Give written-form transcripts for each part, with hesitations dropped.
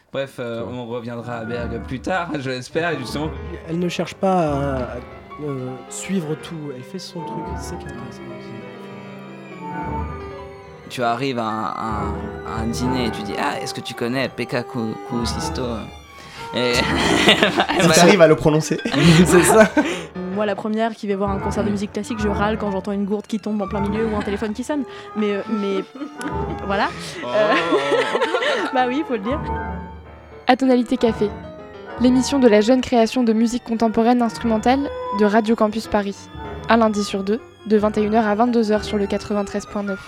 Bref, on reviendra à Berg plus tard, je l'espère, justement. Elle ne cherche pas à suivre tout, elle fait son truc, c'est ça qui est intéressant aussi. Tu arrives à un dîner et tu dis ah, est-ce que tu connais Pekka Kuusisto et Si t'arrives à le prononcer. C'est ça. Moi, la première qui va voir un concert de musique classique, je râle quand j'entends une gourde qui tombe en plein milieu ou un téléphone qui sonne. Mais voilà. Bah oui, faut le dire. Atonalité Café, l'émission de la jeune création de musique contemporaine instrumentale de Radio Campus Paris. Un lundi sur deux, de 21h à 22h sur le 93.9.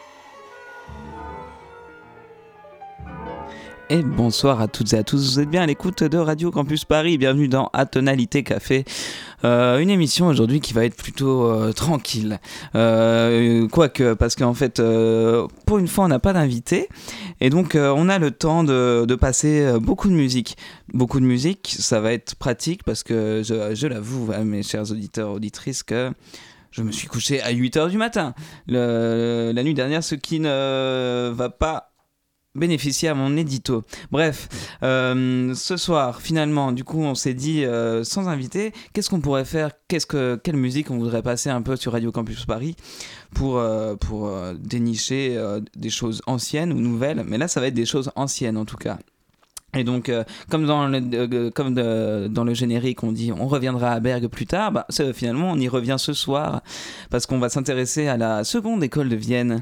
Et bonsoir à toutes et à tous, vous êtes bien à l'écoute de Radio Campus Paris, bienvenue dans Atonalité Café, une émission aujourd'hui qui va être plutôt tranquille, quoique, parce qu'en fait, pour une fois on n'a pas d'invité, et donc on a le temps de passer beaucoup de musique, ça va être pratique parce que je l'avoue à mes chers auditeurs, auditrices, que je me suis couché à 8h du matin, la nuit dernière, ce qui ne va pas bénéficier à mon édito. Bref, ce soir, finalement, du coup, on s'est dit, sans invité, qu'est-ce qu'on pourrait faire, quelle musique on voudrait passer un peu sur Radio Campus Paris pour dénicher des choses anciennes ou nouvelles, mais là, ça va être des choses anciennes, en tout cas. Et donc, comme dans le générique, on dit on reviendra à Berg plus tard, finalement on y revient ce soir, parce qu'on va s'intéresser à la seconde école de Vienne,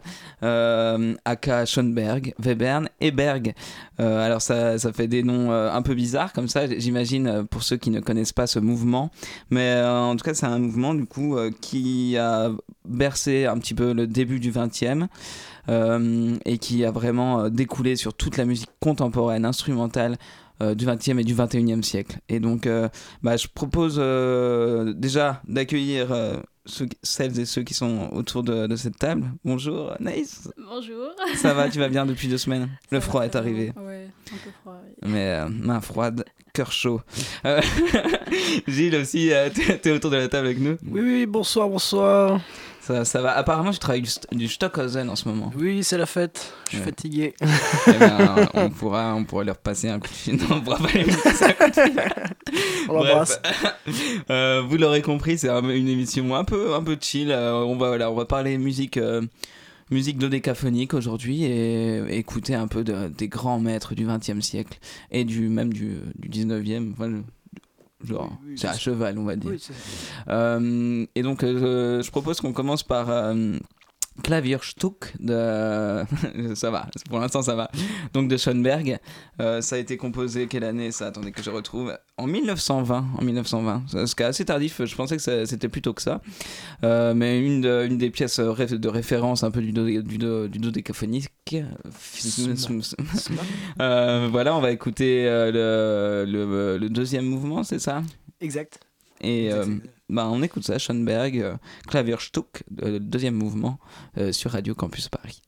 aka Schoenberg, Webern et Berg. Alors ça fait des noms un peu bizarres comme ça, j'imagine, pour ceux qui ne connaissent pas ce mouvement, mais en tout cas c'est un mouvement du coup qui a bercé un petit peu le début du 20e. Et qui a vraiment découlé sur toute la musique contemporaine, instrumentale du 20e et du 21e siècle. Et donc, je propose déjà d'accueillir celles et ceux qui sont autour de cette table. Bonjour, Naïs. Bonjour. Ça va, tu vas bien depuis 2 semaines? Le froid est arrivé. Ouais, un peu froid, oui. Mais main froide, cœur chaud. Gilles aussi, t'es autour de la table avec nous? Oui, bonsoir. Ça va. Apparemment, tu travailles du Stockhausen en ce moment. Oui, c'est la fête. Je suis fatigué. Eh ben, on pourra leur passer un coup de fil. Non, on pourra pas les passer un coup de fil. On l'embrasse. Vous l'aurez compris, c'est une émission un peu chill. On va parler musique dodécaphonique aujourd'hui et écouter un peu des grands maîtres du XXe siècle et du 19e. Enfin, genre, oui, c'est à cheval, on va dire. Oui, et donc, je propose qu'on commence par Klavierstück de... ça va, pour l'instant ça va. Donc de Schoenberg. Ça a été composé, quelle année ça? Attendez que je retrouve. En 1920. Ce qui est assez tardif, je pensais que c'était plus tôt que ça. Mais une des pièces de référence un peu du dodécaphonique. Voilà, on va écouter le deuxième mouvement, c'est ça? Exact. Et on écoute ça, Schoenberg, Klavierstück, deuxième mouvement, sur Radio Campus Paris.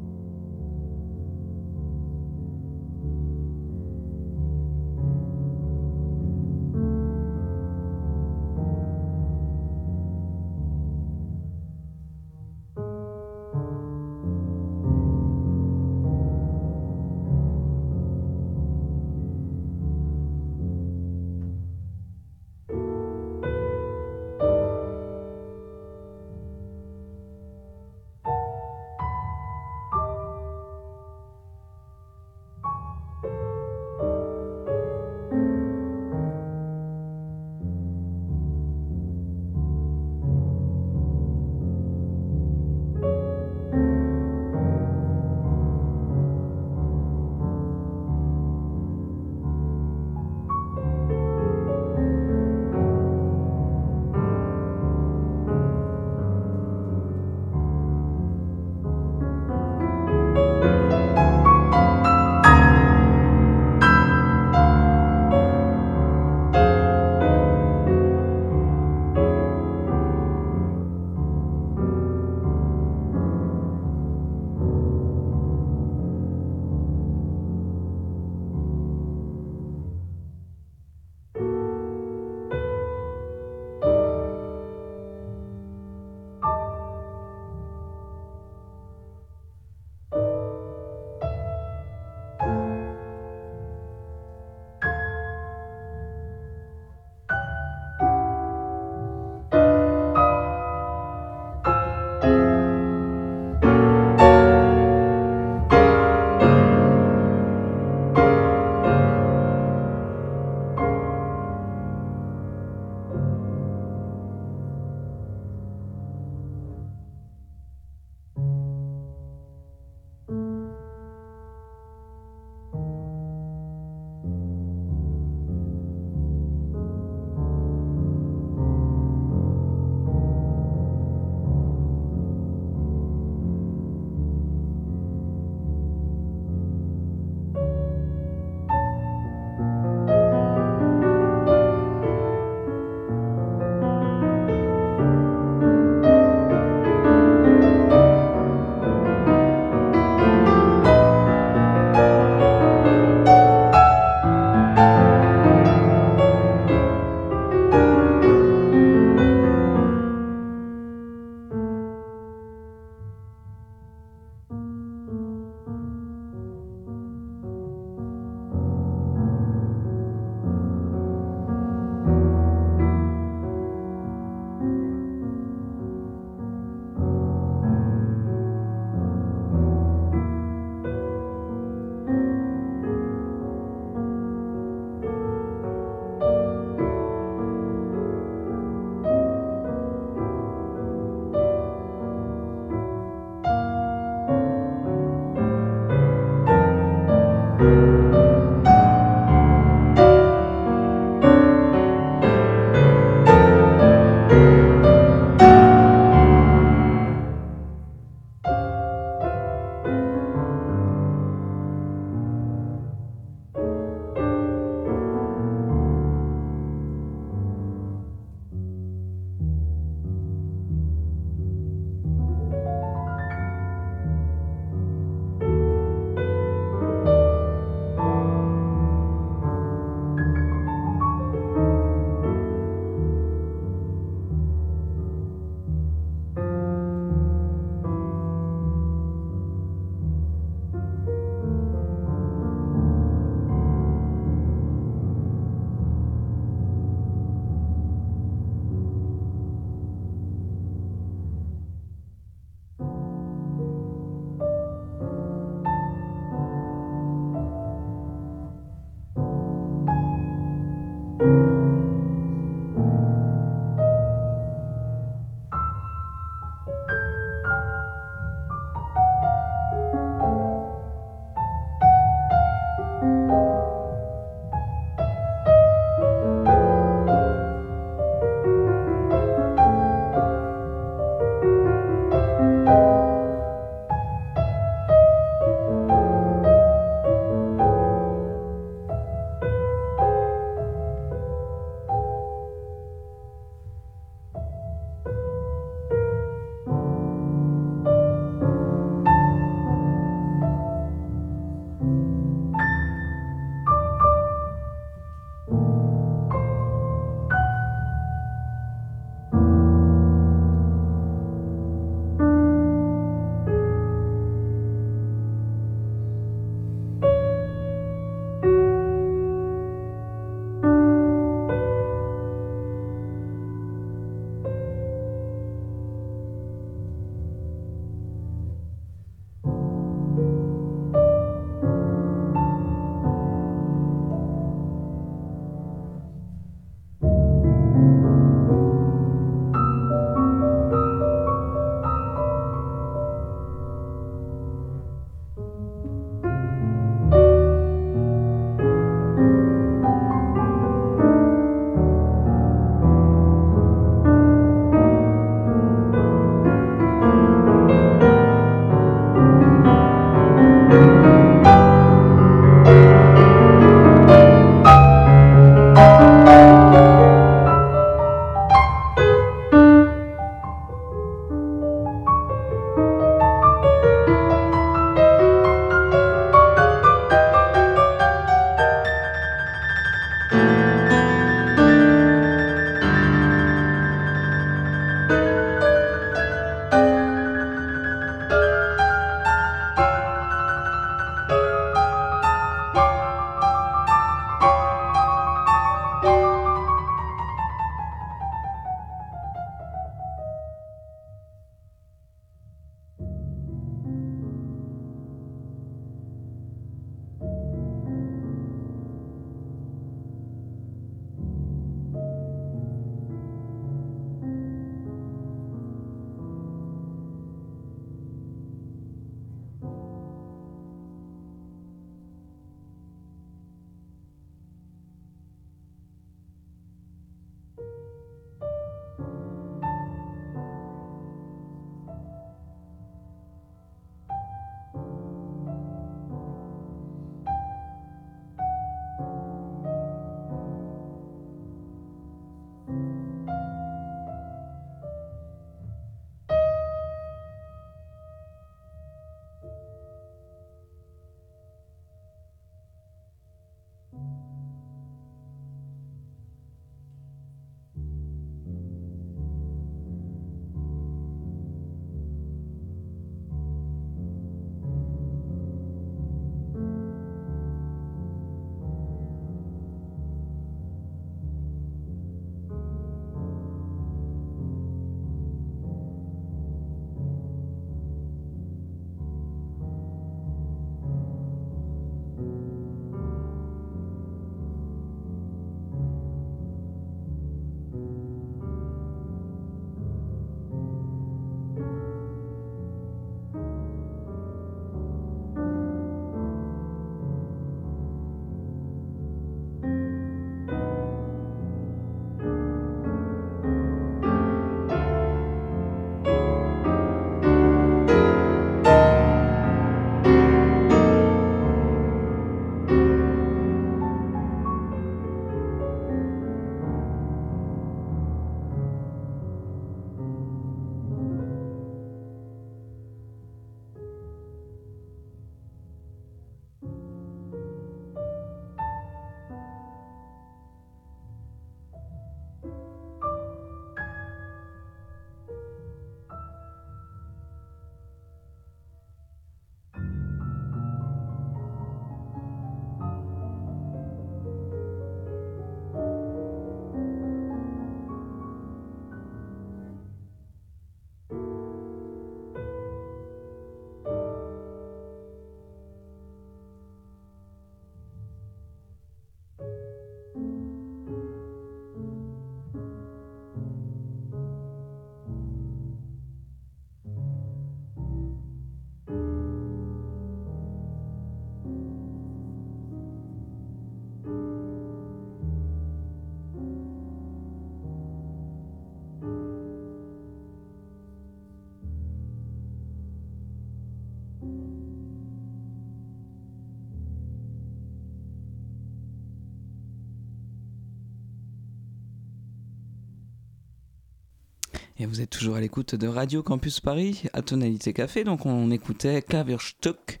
Et vous êtes toujours à l'écoute de Radio Campus Paris, à Tonalité Café. Donc on écoutait Klavierstück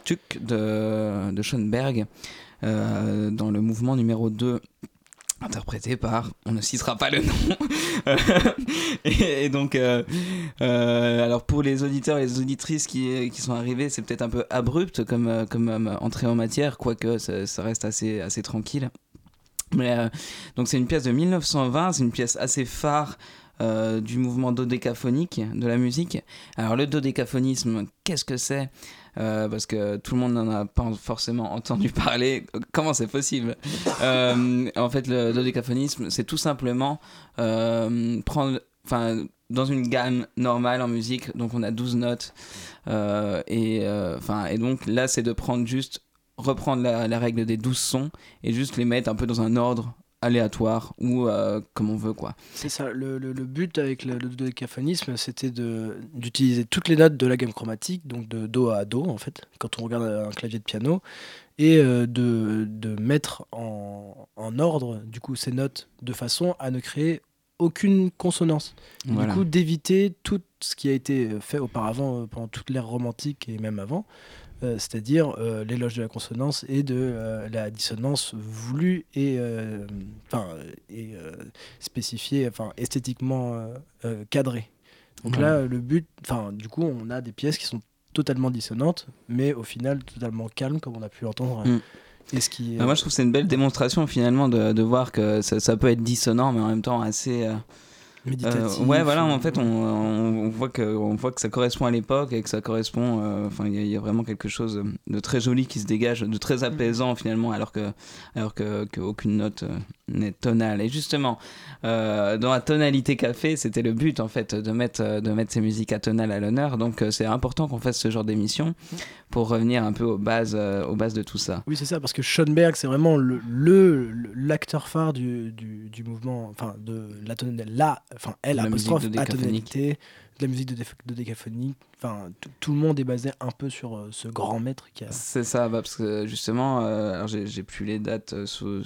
de Schoenberg dans le mouvement numéro 2, interprété par, on ne citera pas le nom. et donc, alors pour les auditeurs et les auditrices qui sont arrivés, c'est peut-être un peu abrupt comme entrée en matière, quoique ça reste assez tranquille. Mais, donc c'est une pièce de 1920, c'est une pièce assez phare du mouvement dodécaphonique de la musique. Alors le dodécaphonisme, qu'est-ce que c'est ? Parce que tout le monde n'en a pas forcément entendu parler. Comment c'est possible ? En fait, le dodécaphonisme, c'est tout simplement prendre... dans une gamme normale en musique, donc on a 12 notes. Et donc là, c'est de reprendre la règle des 12 sons et juste les mettre un peu dans un ordre aléatoire ou comme on veut, quoi. C'est ça, le but avec le dodécaphonisme, c'était d'utiliser toutes les notes de la gamme chromatique, donc de do à do en fait, quand on regarde un clavier de piano, et de mettre en ordre du coup ces notes de façon à ne créer aucune consonance. Voilà. Du coup, d'éviter tout ce qui a été fait auparavant pendant toute l'ère romantique et même avant, c'est-à-dire l'éloge de la consonance et de la dissonance voulue et spécifiée, esthétiquement cadrée. Donc là, le but, du coup, on a des pièces qui sont totalement dissonantes, mais au final totalement calmes, comme on a pu l'entendre. Et ce qui moi, je trouve que c'est une belle démonstration finalement de voir que ça peut être dissonant, mais en même temps assez méditatif. Voilà, en fait, on voit que ça correspond à l'époque et que ça correspond. Il y a vraiment quelque chose de très joli qui se dégage, de très apaisant finalement, alors que aucune note n'est tonale. Et justement, dans la tonalité café, c'était le but en fait de mettre ces musiques atonales à l'honneur. Donc c'est important qu'on fasse ce genre d'émission pour revenir un peu aux bases de tout ça. Oui, c'est ça, parce que Schoenberg, c'est vraiment l'acteur phare du mouvement, de l'atonalité, de la musique de décaphonie. Tout le monde est basé un peu sur ce grand maître qui a... C'est ça, parce que justement, alors j'ai plus les dates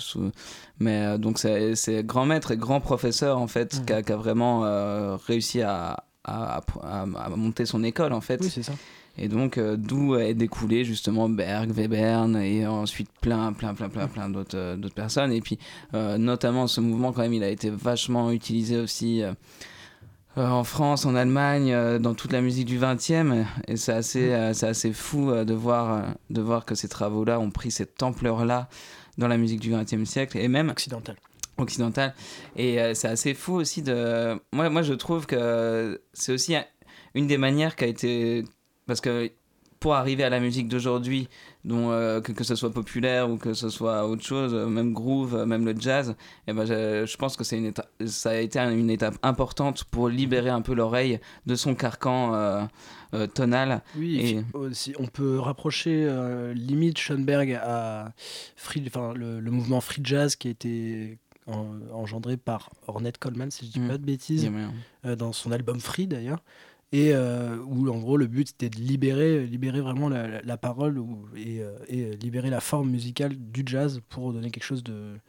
mais donc c'est grand maître et grand professeur en fait, qui a vraiment réussi à monter son école en fait. Oui, c'est ça. Et donc d'où est découlé justement Berg, Webern et ensuite plein d'autres personnes. Et puis notamment ce mouvement quand même, il a été vachement utilisé aussi en France, en Allemagne, dans toute la musique du 20e. Et c'est assez fou de voir que ces travaux-là ont pris cette ampleur-là dans la musique du 20e siècle et même occidentale. Et c'est assez fou aussi de... Moi je trouve que c'est aussi une des manières qui a été... Parce que pour arriver à la musique d'aujourd'hui, que ce soit populaire ou que ce soit autre chose, même groove, même le jazz, je pense que ça a été une étape importante pour libérer un peu l'oreille de son carcan tonal. Oui, et aussi, on peut rapprocher limite Schoenberg à le mouvement free jazz qui a été engendré par Ornette Coleman, si je dis pas de bêtises, dans son album Free d'ailleurs. Et où en gros le but c'était de libérer vraiment la parole et libérer la forme musicale du jazz pour donner quelque chose de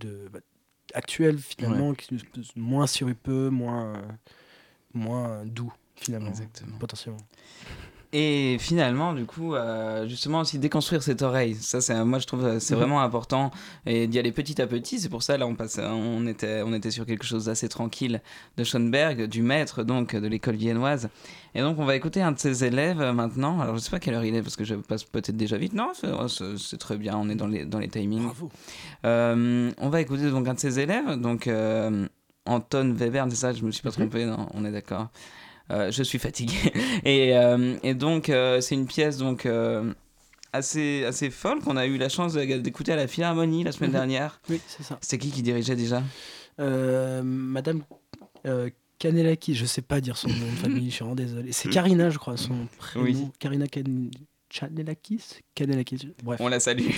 actuel finalement, moins sirupeux, moins doux finalement. Exactement. Potentiellement. Et finalement, du coup, justement aussi déconstruire cette oreille. Ça, moi, je trouve c'est vraiment important et d'y aller petit à petit. C'est pour ça, là, on était sur quelque chose d'assez tranquille de Schoenberg, du maître, donc, de l'école viennoise. Et donc, on va écouter un de ses élèves maintenant. Alors, je sais pas quelle heure il est parce que je passe peut-être déjà vite. Non, c'est très bien. On est dans les timings. Bravo. On va écouter donc un de ses élèves, donc Anton Webern, c'est ça, je me suis pas trompé, non, on est d'accord. Je suis fatigué. Et donc, c'est une pièce donc, assez folle qu'on a eu la chance d'écouter à la Philharmonie la semaine dernière. Oui, c'est ça. C'est qui dirigeait déjà Madame Kanellaki, je sais pas dire son nom de famille, je suis vraiment désolé. C'est Karina, je crois, son prénom. Oui. Karina Kanellakis, bref. On la salue.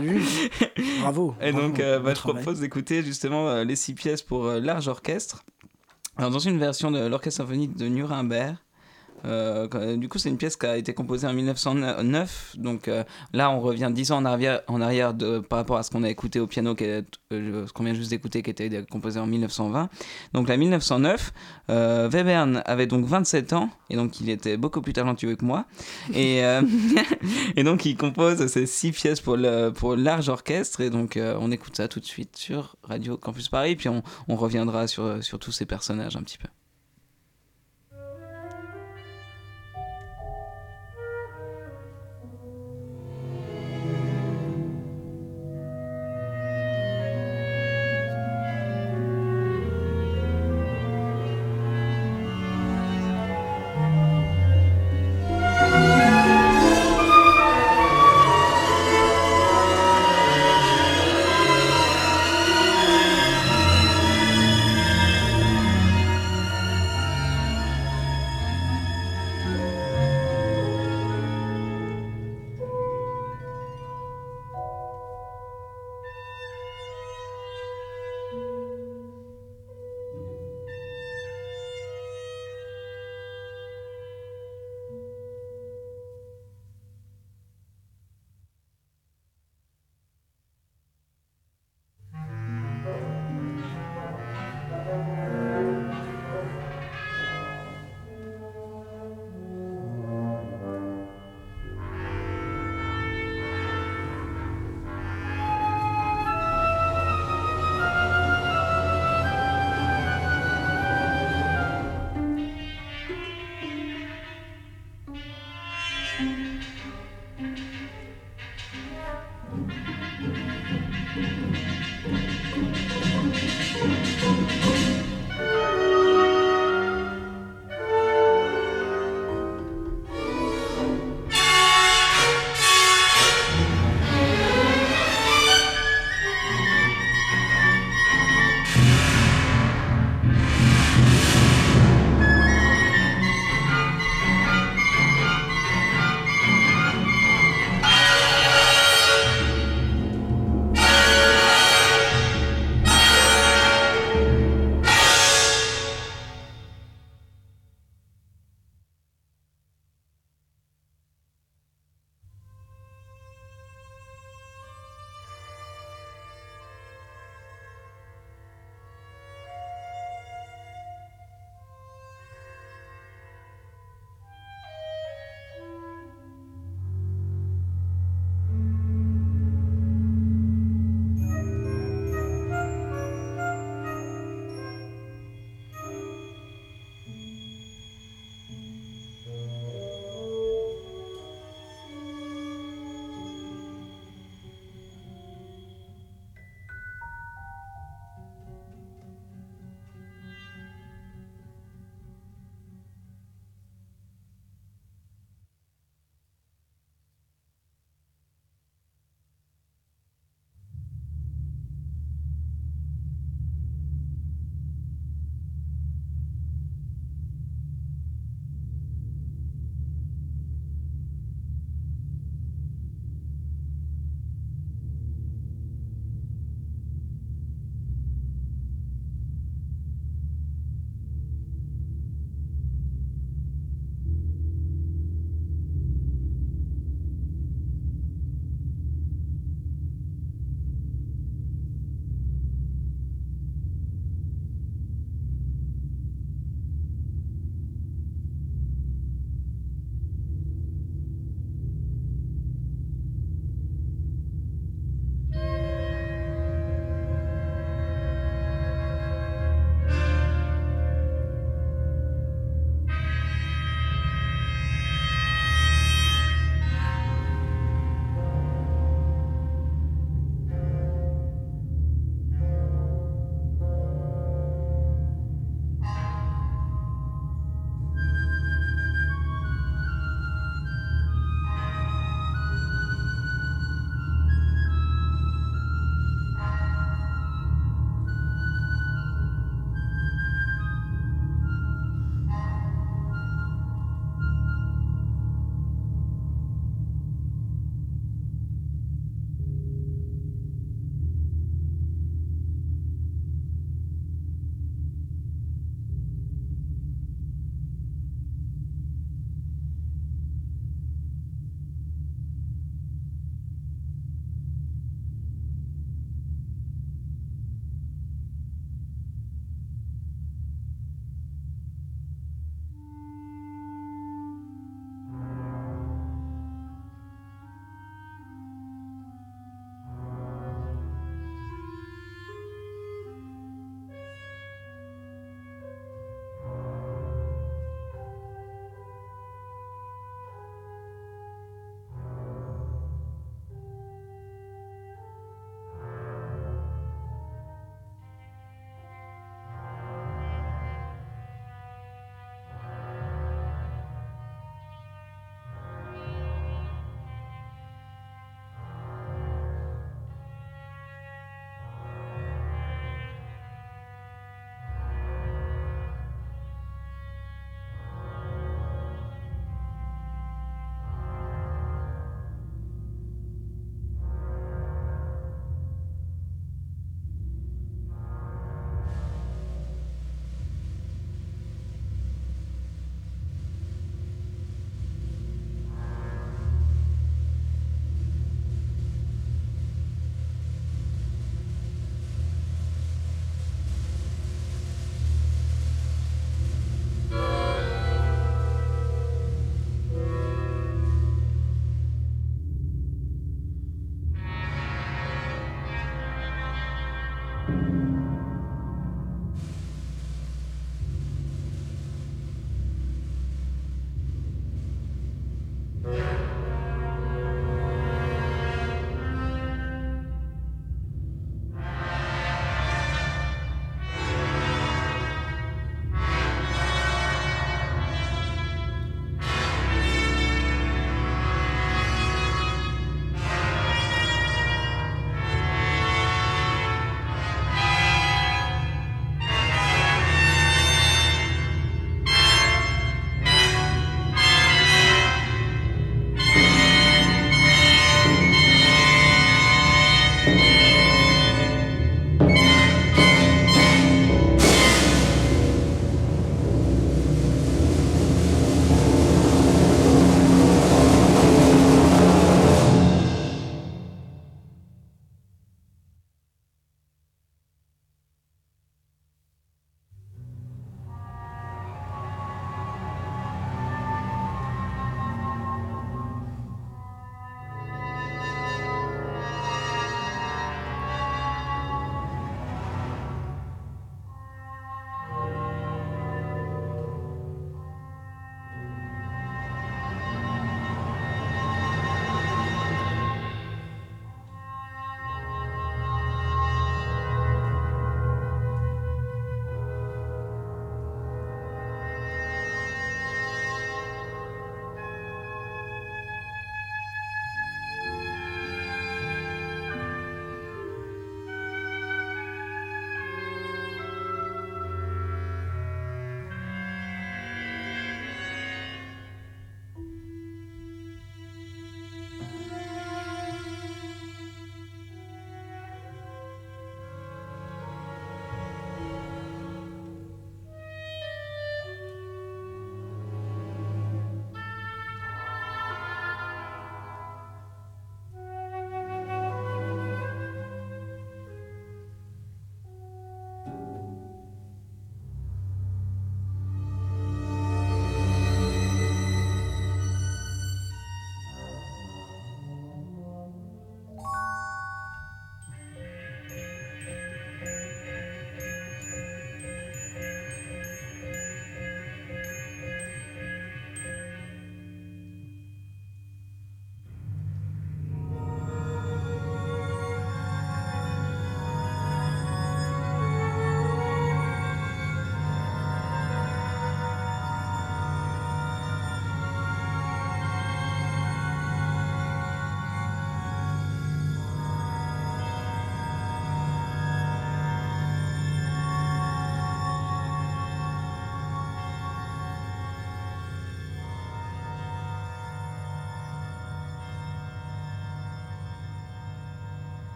Bravo. Et bravo, donc, je propose d'écouter justement les 6 pièces pour large orchestre. Alors, dans une version de l'Orchestre symphonique de Nuremberg. Du coup, c'est une pièce qui a été composée en 1909. Donc là, on revient 10 ans en arrière par rapport à ce qu'on a écouté au piano, ce qu'on vient juste d'écouter, qui était composé en 1920. Donc là, 1909, Webern avait donc 27 ans, et donc il était beaucoup plus talentueux que moi. Et, et donc, il compose ces 6 pièces pour large orchestre. Et donc, on écoute ça tout de suite sur Radio Campus Paris. Puis on reviendra sur tous ces personnages un petit peu.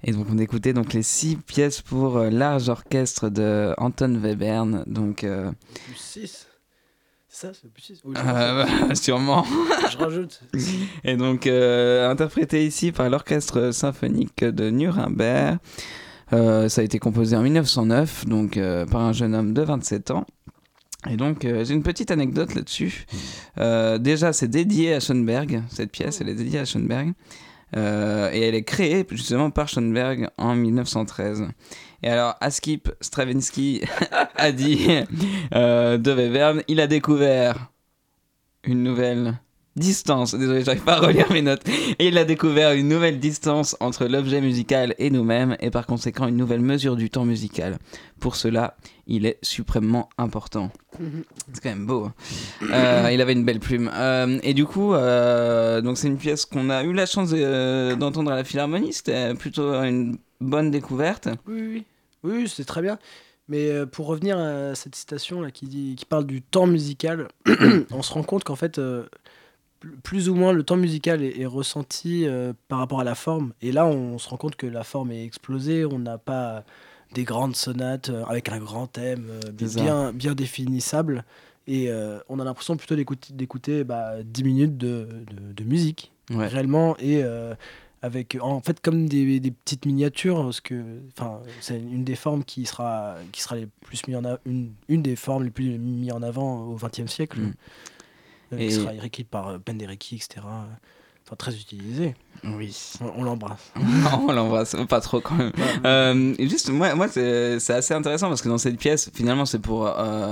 Et donc on écoutait donc les 6 pièces pour large orchestre de Anton Webern. Donc Plus 6. C'est ça, c'est plus 6. sûrement. Je rajoute. Et donc interprété ici par l'orchestre symphonique de Nuremberg. Ça a été composé en 1909, donc par un jeune homme de 27 ans. Et donc, j'ai une petite anecdote là-dessus. Déjà, c'est dédié à Schoenberg, cette pièce, elle est dédiée à Schoenberg. Et elle est créée justement par Schoenberg en 1913. Et alors, Asip Stravinsky a dit de Webern, il a découvert une nouvelle distance. Désolé, j'arrive pas à relire mes notes. Et il a découvert une nouvelle distance entre l'objet musical et nous-mêmes, et par conséquent une nouvelle mesure du temps musical. Pour cela, il est suprêmement important. C'est quand même beau. Il avait une belle plume. Et du coup, donc c'est une pièce qu'on a eu la chance d'entendre à la Philharmonie. C'était plutôt une bonne découverte. Oui, c'est très bien. Mais pour revenir à cette citation là qui parle du temps musical, on se rend compte qu'en fait, plus ou moins le temps musical est ressenti par rapport à la forme. Et là, on se rend compte que la forme est explosée. On n'a pas des grandes sonates avec un grand thème bien définissable. Et on a l'impression plutôt d'écouter 10 minutes de musique, réellement. Et avec, en fait, comme des petites miniatures, parce que c'est une des formes qui sera les plus mis en une des formes les plus mises en avant au XXe siècle. Qui sera écrite par Penderecki, etc. Enfin, très utilisé. Oui. On l'embrasse. Non, on l'embrasse pas trop quand même. Juste, moi c'est assez intéressant parce que dans cette pièce, finalement, c'est pour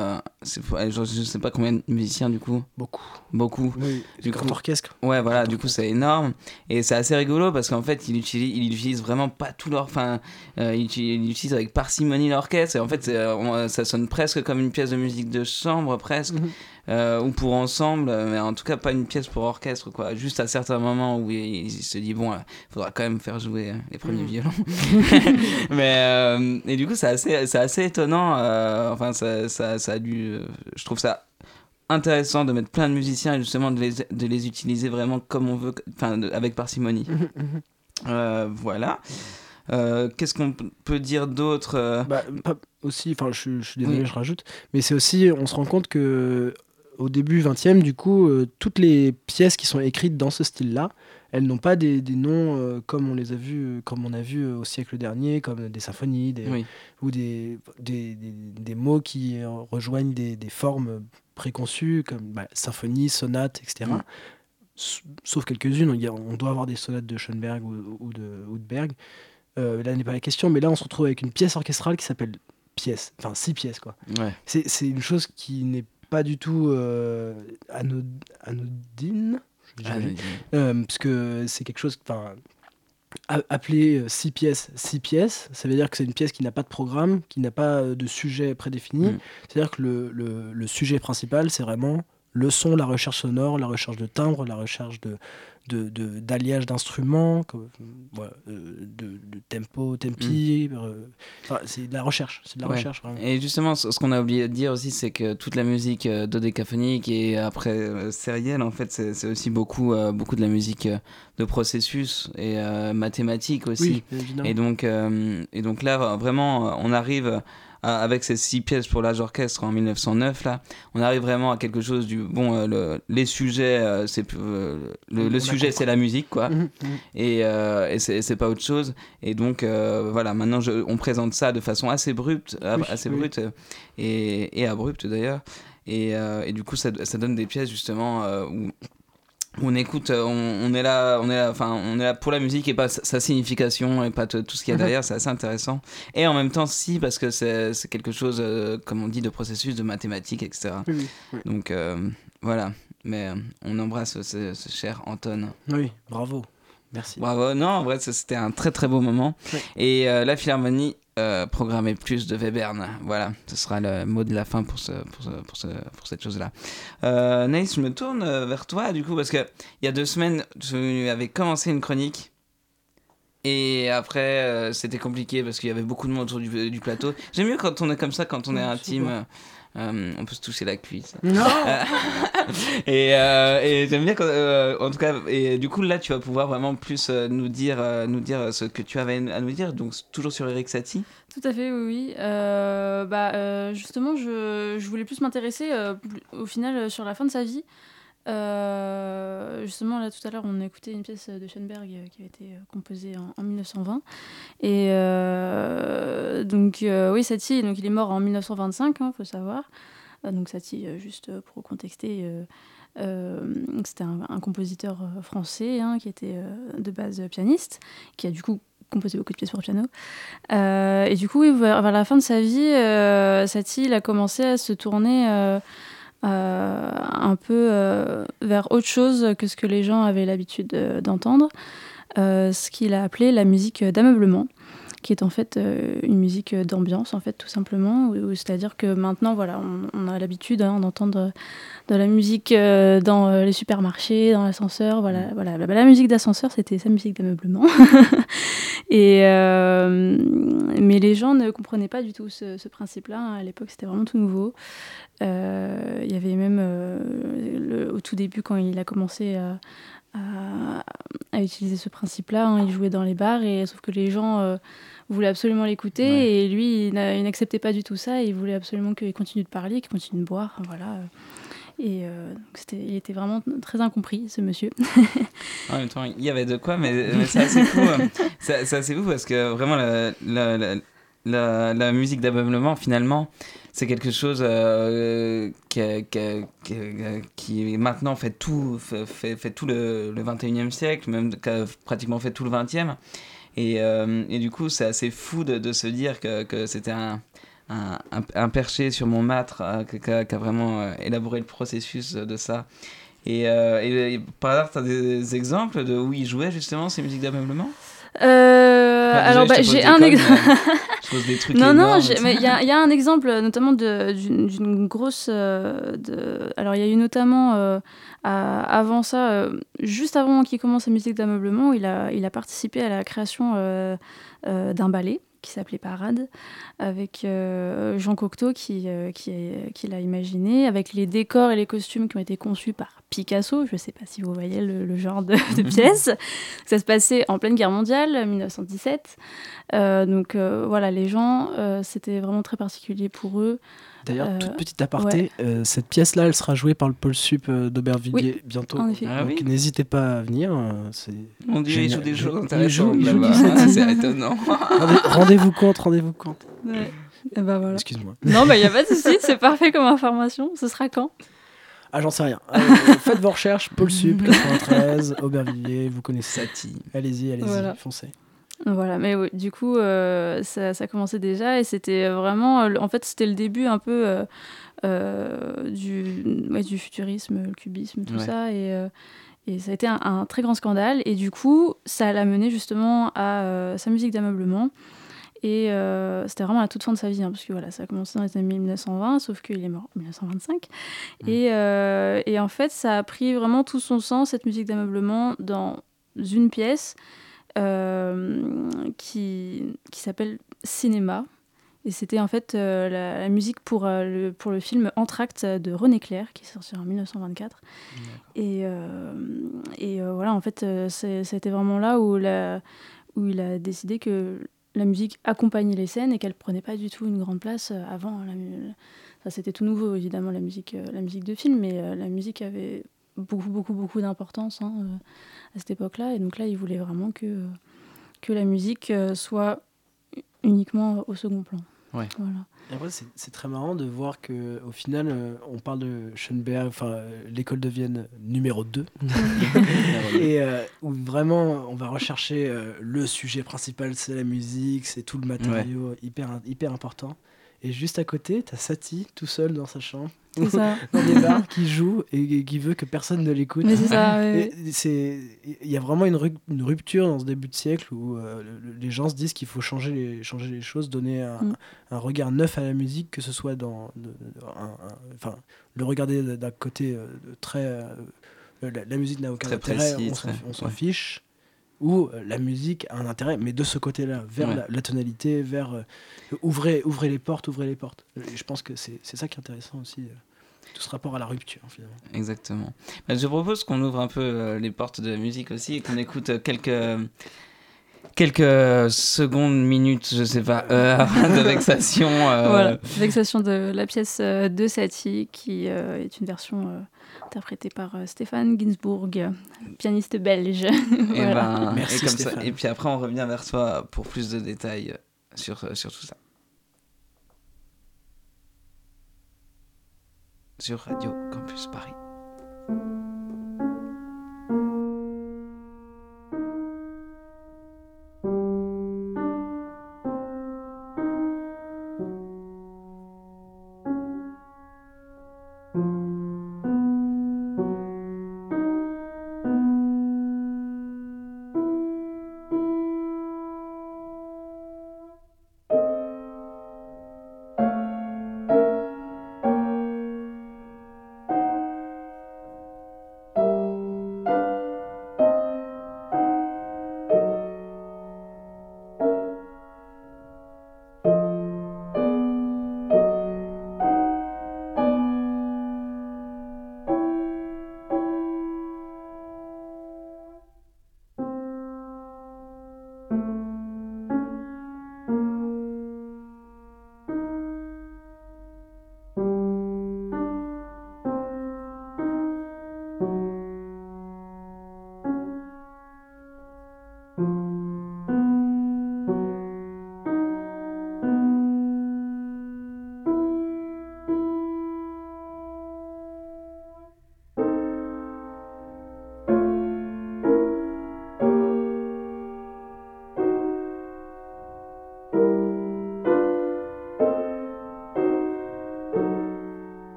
je sais pas combien de musiciens du coup. Beaucoup. Oui, du grand orchestre. Ouais, voilà, du coup, c'est énorme. Et c'est assez rigolo parce qu'en fait, il utilise vraiment pas tout leur. Enfin, il utilise avec parcimonie l'orchestre. Et en fait, ça sonne presque comme une pièce de musique de chambre, presque. Ou pour ensemble, mais en tout cas pas une pièce pour orchestre, quoi. Juste à certains moments où il se dit bon, faudra quand même faire jouer les premiers violons. Mais et du coup c'est assez étonnant. Enfin ça a dû, je trouve ça intéressant de mettre plein de musiciens et justement de les utiliser vraiment comme on veut, enfin avec parcimonie. Voilà. Qu'est-ce qu'on peut dire d'autre aussi, enfin je suis désolé, je rajoute, mais c'est aussi, on se rend compte que au début 20e, du coup, toutes les pièces qui sont écrites dans ce style-là, elles n'ont pas des noms comme on a vu au siècle dernier, comme des symphonies, ou des mots qui rejoignent des formes préconçues, comme symphonie, sonate, etc. Sauf quelques-unes, on doit avoir des sonates de Schoenberg ou de Berg. Là n'est pas la question, mais là on se retrouve avec une pièce orchestrale qui s'appelle 6 pièces, quoi. Ouais. C'est une chose qui n'est pas du tout anodine, parce que c'est quelque chose, appeler 6 pièces, ça veut dire que c'est une pièce qui n'a pas de programme, qui n'a pas de sujet prédéfini. C'est-à-dire que le sujet principal, c'est vraiment le son, la recherche sonore, la recherche de timbre, la recherche d'alliage d'instruments, de tempo, tempi. C'est de la recherche. Recherche, vraiment. Et justement, ce qu'on a oublié de dire aussi, c'est que toute la musique dodécaphonique et après sérielle, en fait, c'est aussi beaucoup de la musique de processus et mathématique aussi. Oui, et donc là, vraiment, on arrive avec ces 6 pièces pour l'âge orchestre en 1909, là, on arrive vraiment à quelque chose du les sujets, le sujet c'est la musique, quoi. Et c'est pas autre chose. Et donc voilà, maintenant on présente ça de façon assez brute, brute et abrupte d'ailleurs. Et du coup ça donne des pièces justement où on écoute, on est là pour la musique et pas sa signification et pas tout ce qu'il y a derrière. C'est assez intéressant. Et en même temps, parce que c'est quelque chose, comme on dit, de processus, de mathématiques, etc. Oui. Donc voilà. Mais on embrasse ce cher Anton. Oui, bravo. Merci. Bravo. Non, en vrai, c'était un très très beau moment. Oui. Et la Philharmonie programmer plus de Webern. Voilà, ce sera le mot de la fin pour cette chose-là. Naïs, je me tourne vers toi, du coup, parce qu'il y a 2 semaines, tu avais commencé une chronique. Et après, c'était compliqué parce qu'il y avait beaucoup de monde autour du plateau. J'aime mieux quand on est comme ça, quand on est intime. On peut se toucher la cuisse. Non. Et j'aime bien en tout cas, et du coup là tu vas pouvoir vraiment plus nous dire ce que tu avais à nous dire, donc toujours sur Erik Satie. Tout à fait, oui. Justement, je voulais plus m'intéresser au final sur la fin de sa vie. Justement, là, tout à l'heure, on a écouté une pièce de Schoenberg qui a été composée en 1920. Et oui, Satie, donc, il est mort en 1925, faut savoir. Donc Satie, juste pour contexter, c'était un compositeur français qui était de base pianiste, qui a du coup composé beaucoup de pièces pour piano. Et du coup, oui, vers la fin de sa vie, Satie, il a commencé à se tourner un peu vers autre chose que ce que les gens avaient l'habitude d'entendre, ce qu'il a appelé la musique d'ameublement, qui est en fait une musique d'ambiance, en fait, tout simplement. C'est-à-dire que maintenant, voilà, on a l'habitude d'entendre de la musique dans les supermarchés, dans l'ascenseur. Voilà. La musique d'ascenseur, c'était sa musique d'ameublement. Mais les gens ne comprenaient pas du tout ce principe-là. À l'époque, c'était vraiment tout nouveau. Il y avait même, au tout début, quand il a commencé à utiliser ce principe-là, il jouait dans les bars, sauf que les gens voulaient absolument l'écouter, et lui, il n'acceptait pas du tout ça, et il voulait absolument qu'il continue de parler, qu'il continue de boire, voilà. Il était vraiment très incompris, ce monsieur. En même temps, il y avait de quoi, mais c'est assez fou. C'est assez fou parce que vraiment, la musique d'ameublement, finalement, c'est quelque chose qui maintenant fait tout le 21e siècle, même qui a pratiquement fait tout le 20e. Et du coup, c'est assez fou de se dire que c'était un perché sur Montmartre qui a vraiment élaboré le processus de ça. Et par hasard, tu as des exemples de où il jouait justement ces musiques d'ameublement ? J'ai un exemple. Je pose des trucs non, énormes. il y a un exemple notamment d'une grosse. Alors, il y a eu notamment avant ça, juste avant qu'il commence sa musique d'ameublement, il a participé à la création d'un ballet qui s'appelait Parade, avec Jean Cocteau qui l'a imaginé, avec les décors et les costumes qui ont été conçus par Picasso. Je ne sais pas si vous voyez le genre de pièce. Ça se passait en pleine guerre mondiale, 1917. Voilà, les gens, c'était vraiment très particulier pour eux. D'ailleurs, toute petite aparté, cette pièce-là, elle sera jouée par le pôle sup d'Aubervilliers bientôt. En effet. Donc n'hésitez pas à venir. Mon Dieu, il joue des choses Il joue intéressantes là-bas. C'est étonnant. Rendez-vous compte. Ouais. Et bah voilà. Excuse-moi. Non, il n'y a pas de souci, c'est parfait comme information. Ce sera quand ? Ah, j'en sais rien. Faites vos recherches, pôle sup, 93, Aubervilliers, vous connaissez. Satie. Allez-y, Voilà. foncez. Voilà, mais oui, du coup, ça commençait déjà, et c'était vraiment, en fait, c'était le début un peu du futurisme, le cubisme, tout ça, et ça a été un très grand scandale, et du coup, ça l'a mené justement à sa musique d'ameublement, et c'était vraiment à la toute fin de sa vie, parce que voilà, ça a commencé dans les années 1920, sauf qu'il est mort en 1925, et en fait, ça a pris vraiment tout son sens, cette musique d'ameublement, dans une pièce qui s'appelle Cinéma, et c'était en fait la musique pour le film Entr'acte de René Clair qui est sorti en 1924. Et voilà, en fait c'était vraiment là où il a décidé que la musique accompagnait les scènes et qu'elle prenait pas du tout une grande place avant. Ça, c'était tout nouveau évidemment, la musique de film, mais la musique avait beaucoup d'importance à cette époque-là, et donc là il voulait vraiment que la musique soit uniquement au second plan. Ouais. Voilà. Et après, c'est très marrant de voir qu'au final, on parle de Schoenberg, l'école de Vienne numéro 2, et où vraiment on va rechercher le sujet principal, c'est la musique, c'est tout le matériau hyper important. Et juste à côté, t'as Satie tout seul dans sa chambre, C'est ça. dans des bars, qui joue et qui veut que personne ne l'écoute. Mais c'est ça, Et il y a vraiment une rupture dans ce début de siècle où les gens se disent qu'il faut changer les choses, donner un regard neuf à la musique, que ce soit le regarder d'un côté très... la musique n'a aucun très intérêt, précis, on s'en fiche. où la musique a un intérêt, mais de ce côté-là, vers la tonalité, vers ouvrez les portes. Et je pense que c'est ça qui est intéressant aussi, tout ce rapport à la rupture, finalement. Exactement. Je propose qu'on ouvre un peu les portes de la musique aussi et qu'on écoute quelques secondes, minutes, je sais pas, heures de Vexation. Voilà, Vexation de la pièce de Satie, qui est une version interprétée par Stéphane Gainsbourg, pianiste belge. Voilà. Merci, comme Stéphane. ça. Et puis après, on revient vers toi pour plus de détails sur tout ça. Sur Radio Campus Paris.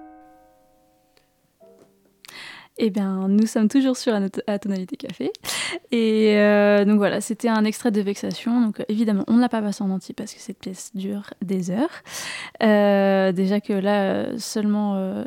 Eh bien, nous sommes toujours sur Atonalité Café. Et donc voilà, c'était un extrait de Vexation. Donc évidemment, on ne l'a pas passé en entier parce que cette pièce dure des heures. Déjà que là, seulement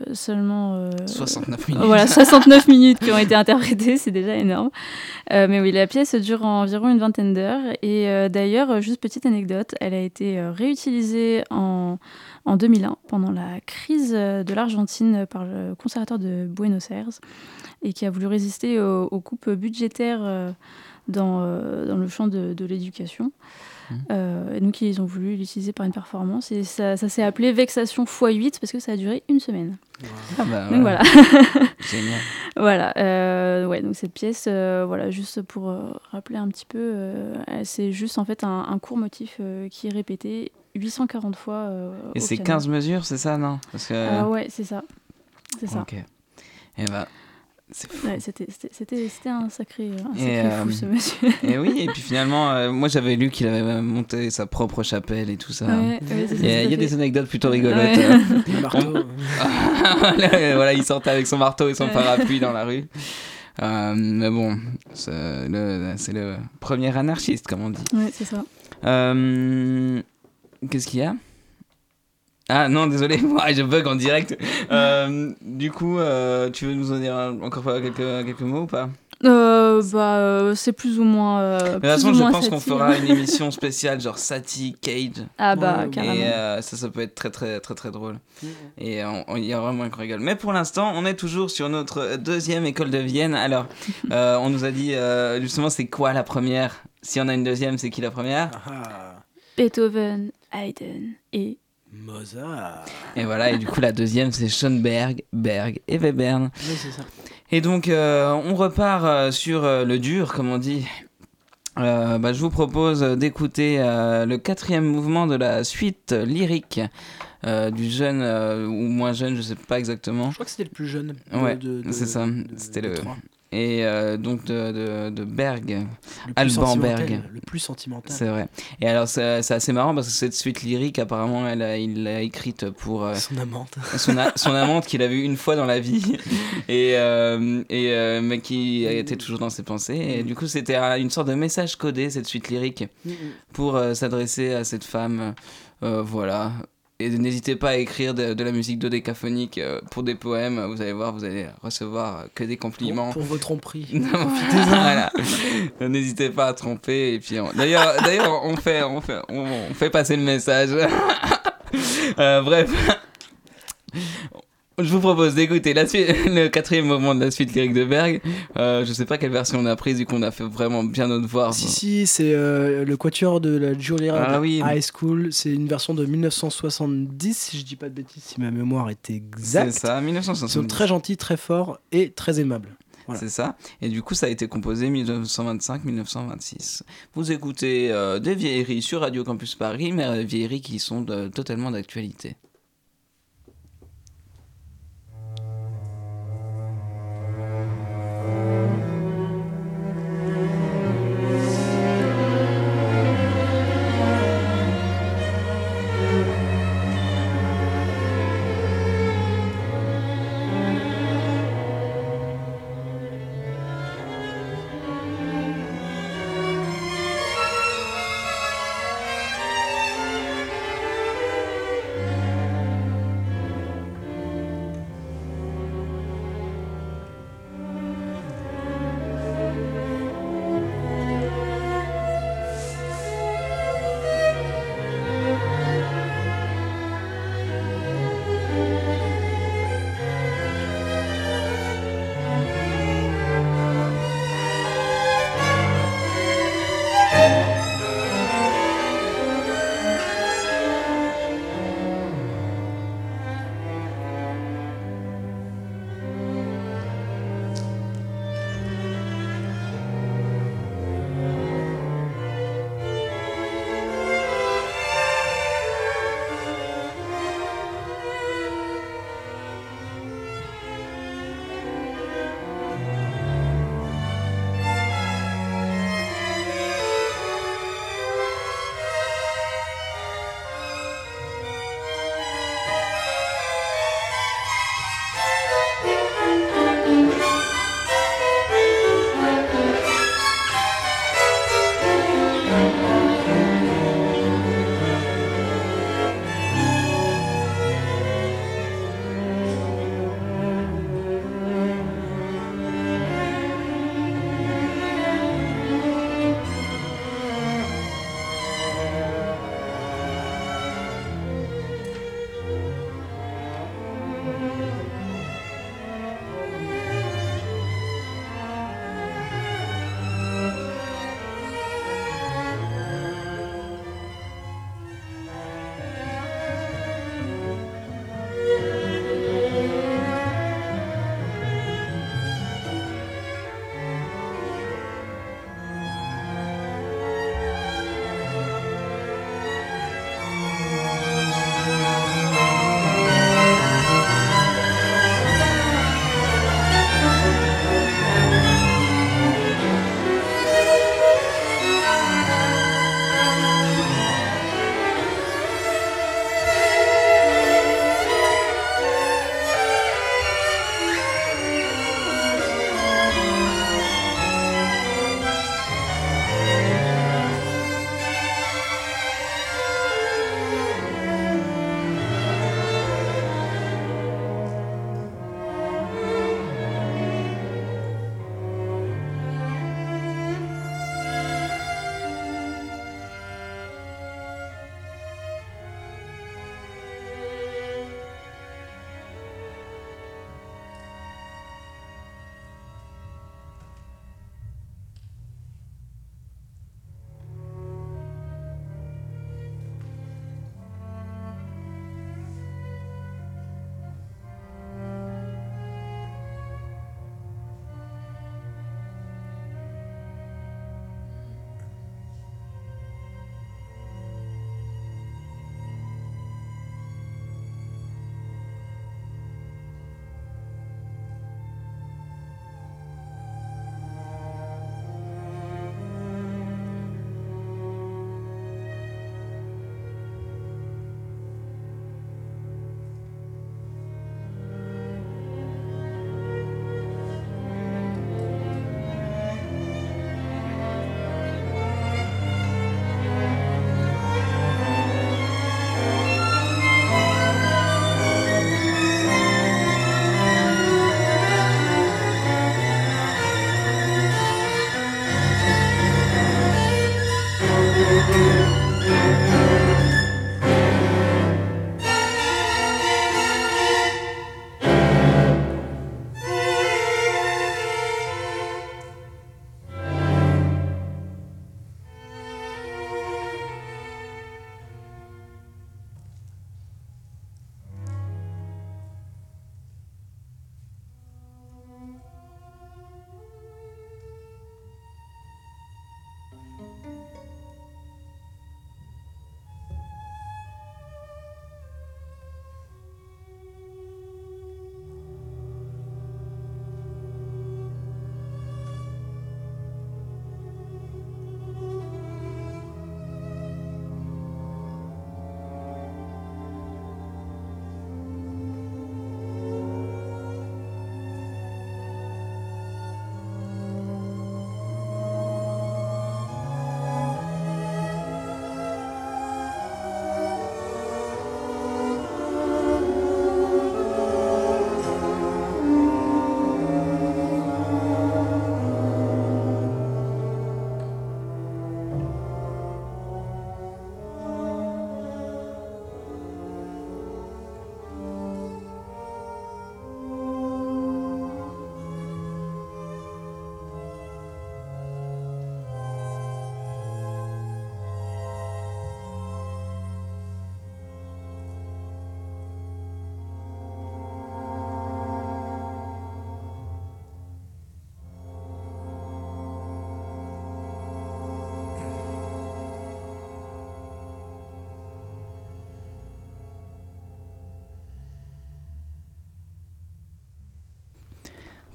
69 minutes. Voilà, 69 minutes qui ont été interprétées, c'est déjà énorme. Mais oui, la pièce dure environ une vingtaine d'heures. Et d'ailleurs, juste petite anecdote, elle a été réutilisée en 2001 pendant la crise de l'Argentine par le conservatoire de Buenos Aires et qui a voulu résister aux coupes budgétaires dans le champ de l'éducation. Et donc ils ont voulu l'utiliser par une performance et ça s'est appelé Vexation x8 parce que ça a duré une semaine. Ah bah, Donc voilà. Génial. Voilà, ouais, donc cette pièce, voilà, juste pour rappeler un petit peu, c'est juste en fait un court motif qui est répété 840 fois. Et au c'est piano. 15 mesures, c'est ça, non? Parce que... Ouais, c'est ça. C'est ça. Ok. Et bah, c'est fou. Ouais, c'était un sacré Et, fou ce monsieur. Et oui, et puis finalement, moi j'avais lu qu'il avait monté sa propre chapelle et tout ça. Ouais, c'est ça, Il y a des anecdotes plutôt rigolotes. Ouais. Le marteau. Voilà, il sortait avec son marteau et son parapluie dans la rue. Mais bon, c'est le premier anarchiste, comme on dit. Ouais, c'est ça. Qu'est-ce qu'il y a? Ah non, désolé, moi je bug en direct. Du coup, tu veux nous en dire encore quelques mots ou pas? C'est plus ou moins. De toute façon, je pense qu'on fera une émission spéciale genre Satie, Cage. Ah bah, Ouais, carrément. Et ça peut être très très très très drôle. Et il y a vraiment qu'on rigole. Mais pour l'instant, on est toujours sur notre deuxième école de Vienne. Alors, on nous a dit justement, c'est quoi la première? Si on a une deuxième, c'est qui la première? Beethoven, Haydn et Mozart. Et voilà, et du coup, la deuxième, c'est Schoenberg, Berg et Webern. Oui, c'est ça. Et donc, on repart sur le dur, comme on dit. Je vous propose d'écouter le 4e mouvement de la suite lyrique du jeune ou moins jeune, je sais pas exactement. Je crois que c'était le plus jeune. Ouais, c'est ça. C'était le. trois. Et donc de Berg, Le plus Alban sentimental, Berg. Le plus sentimental. C'est vrai. Et alors, c'est assez marrant parce que cette suite lyrique, apparemment, il l'a écrite pour Son amante. son amante qu'il a vue une fois dans la vie mais qui était toujours dans ses pensées. Et du coup, c'était une sorte de message codé, cette suite lyrique, pour s'adresser à cette femme. Voilà. Et n'hésitez pas à écrire de la musique dodécaphonique pour des poèmes. Vous allez voir, vous allez recevoir que des compliments. Pour vos tromperies. Voilà. N'hésitez pas à tromper. Et puis d'ailleurs, on fait passer le message. Bref. Je vous propose d'écouter le 4e mouvement de la suite lyrique de Berg. Je sais pas quelle version on a prise, du coup on a fait vraiment bien notre devoir. Si, c'est le quatuor de la Juilliard High School. C'est une version de 1970, si je dis pas de bêtises, si ma mémoire est exacte. C'est ça, 1970. Ils sont très gentils, très forts et très aimables. Voilà. C'est ça. Et du coup, ça a été composé 1925-1926. Vous écoutez des vieilleries sur Radio Campus Paris, mais vieilleries qui sont totalement d'actualité.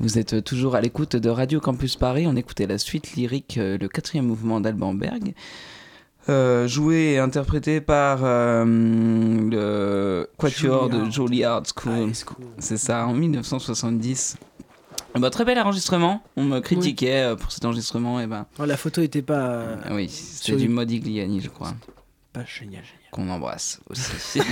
Vous êtes toujours à l'écoute de Radio Campus Paris. On écoutait la suite lyrique, le 4e mouvement d'Alban Berg, joué et interprété par le Quatuor de Juilliard School. C'est ça, en 1970. Très bel enregistrement. On me critiquait pour cet enregistrement. La photo n'était pas... oui, c'était du Modigliani, je crois. Pas génial. Qu'on embrasse aussi.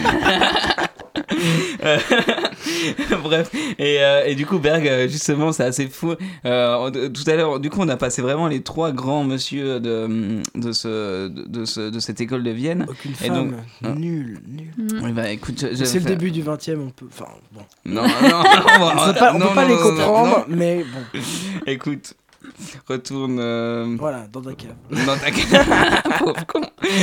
Bref, et du coup Berg, justement, c'est assez fou. Tout à l'heure, du coup, on a passé vraiment les 3 grands monsieur de cette école de Vienne. Aucune femme, nul. Écoute, c'est le début du 20e, on peut... Enfin, bon. Non, on peut pas les comprendre, mais bon. Écoute, retourne... Voilà, dans ta cave. Dans ta cave. Pauvre con.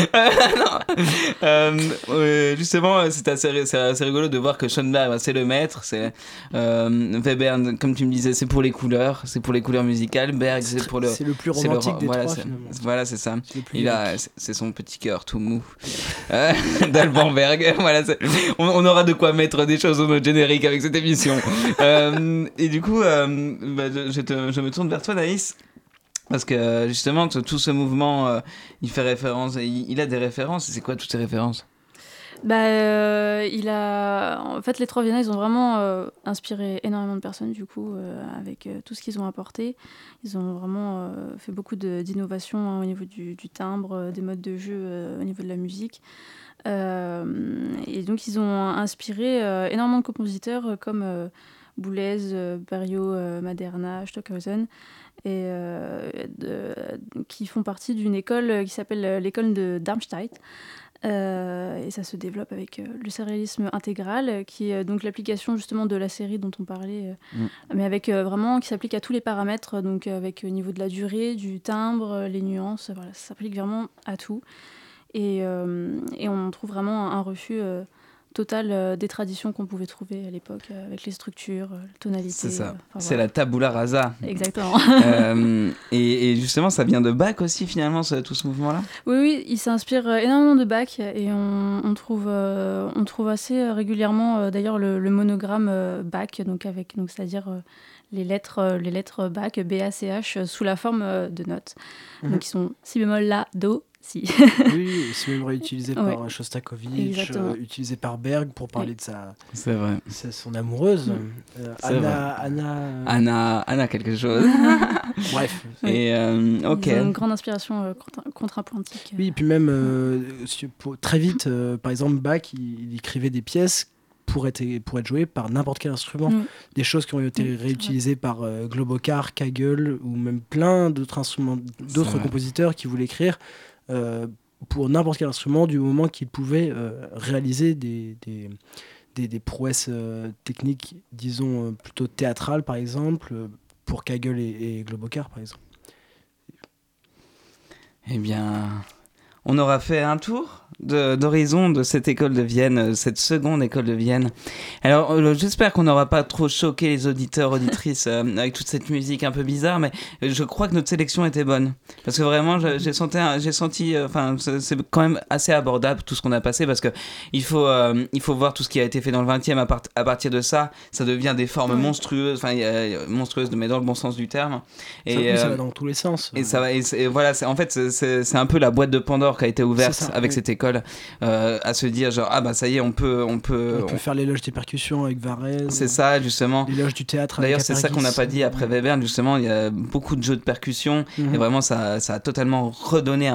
Justement, c'est assez rigolo de voir que Schoenberg, c'est le maître. C'est Webern, comme tu me disais, c'est pour les couleurs musicales. Berg, c'est pour le... C'est le plus romantique des trois, finalement. Voilà, c'est ça. C'est son petit cœur tout mou. d'Alban Berg. Voilà, on aura de quoi mettre des choses dans notre générique avec cette émission. Et du coup, je me tourne vers toi, Naïs. Parce que justement, tout ce mouvement, il fait référence, il a des références. C'est quoi toutes ces références ? En fait, les 3 Viennois, ils ont vraiment inspiré énormément de personnes, du coup, avec tout ce qu'ils ont apporté. Ils ont vraiment fait beaucoup d'innovations au niveau du timbre, des modes de jeu au niveau de la musique. Et donc, ils ont inspiré énormément de compositeurs comme Boulez, Berio, Maderna, Stockhausen, et qui font partie d'une école qui s'appelle l'école de Darmstadt. Et ça se développe avec le sérialisme intégral, qui est donc l'application justement de la série dont on parlait, mais avec vraiment qui s'applique à tous les paramètres, donc avec au niveau de la durée, du timbre, les nuances, voilà, ça s'applique vraiment à tout. Et on trouve vraiment un refus total des traditions qu'on pouvait trouver à l'époque, avec les structures, les tonalités. C'est ça, c'est la tabula rasa. Exactement. Et justement, ça vient de Bach aussi, finalement, tout ce mouvement-là ? Oui, il s'inspire énormément de Bach, et on trouve assez régulièrement, d'ailleurs, le monogramme Bach, c'est-à-dire les lettres Bach, B-A-C-H, sous la forme de notes. Donc, qui sont si bémol, la, do, si. Oui, c'est même réutilisé par Shostakovich, utilisé par Berg pour parler de c'est vrai. Son amoureuse, Anna quelque chose. Bref. Et ok. Ils ont une grande inspiration contre-atlantique. Oui, et puis même très vite, par exemple, Bach, il écrivait des pièces pour être jouées par n'importe quel instrument. Des choses qui ont été réutilisées par Globokar, Kagel, ou même plein d'autres instruments, d'autres compositeurs qui voulaient écrire pour n'importe quel instrument, du moment qu'ils pouvaient réaliser des prouesses techniques, disons plutôt théâtrales, par exemple, pour Kagel et Globokar, par exemple. Eh bien, on aura fait un tour d'horizon de cette école de Vienne, cette seconde école de Vienne. Alors, j'espère qu'on n'aura pas trop choqué les auditeurs, auditrices avec toute cette musique un peu bizarre, mais je crois que notre sélection était bonne. Parce que vraiment, j'ai senti, c'est quand même assez abordable tout ce qu'on a passé, parce que il faut voir tout ce qui a été fait dans le 20e. À partir de ça devient des formes monstrueuses, monstrueuses, mais dans le bon sens du terme. Et ça va dans tous les sens. Et ça va, et voilà, c'est un peu la boîte de Pandore qui a été ouverte avec cette école. À se dire genre ça y est, on peut faire l'éloge des percussions avec Varese. C'est ça, justement. L'éloge du théâtre. D'ailleurs, c'est ça qu'on n'a pas dit après Webern, justement. Il y a beaucoup de jeux de percussions et vraiment ça a totalement redonné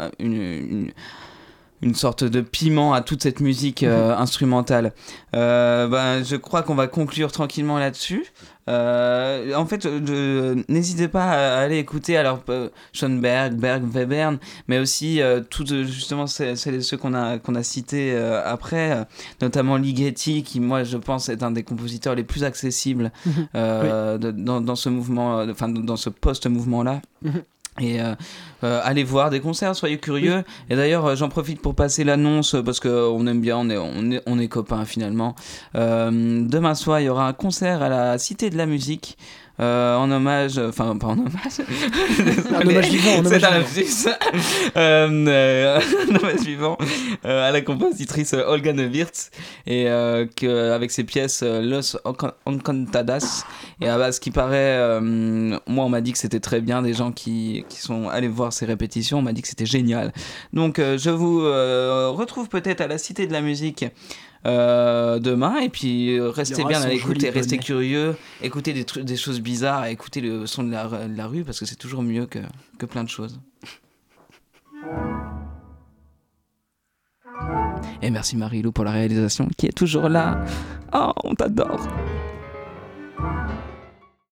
une sorte de piment à toute cette musique instrumentale. Je crois qu'on va conclure tranquillement là-dessus. En fait, n'hésitez pas à aller écouter Schoenberg, Berg, Webern, mais aussi justement ceux qu'on a cités après, notamment Ligeti, qui moi je pense est un des compositeurs les plus accessibles dans ce mouvement, dans ce post-mouvement-là. Et allez voir des concerts, soyez curieux. Et d'ailleurs, j'en profite pour passer l'annonce parce qu'on aime bien, on est copains finalement. Demain soir, il y aura un concert à la Cité de la Musique en hommage, enfin pas en hommage, Un hommage vivant, c'est un lapsus. Un hommage vivant à la compositrice Olga Neuwirth et avec ses pièces Los Encantadas. Et à ce qui paraît, moi on m'a dit que c'était très bien, des gens qui sont allés voir ces répétitions, on m'a dit que c'était génial. Donc je vous retrouve peut-être à la Cité de la Musique demain, et puis restez bien à l'écoute et restez curieux, écoutez des choses bizarres, écoutez le son de la rue, parce que c'est toujours mieux que plein de choses. Et merci Marie-Lou pour la réalisation qui est toujours là. Oh, on t'adore.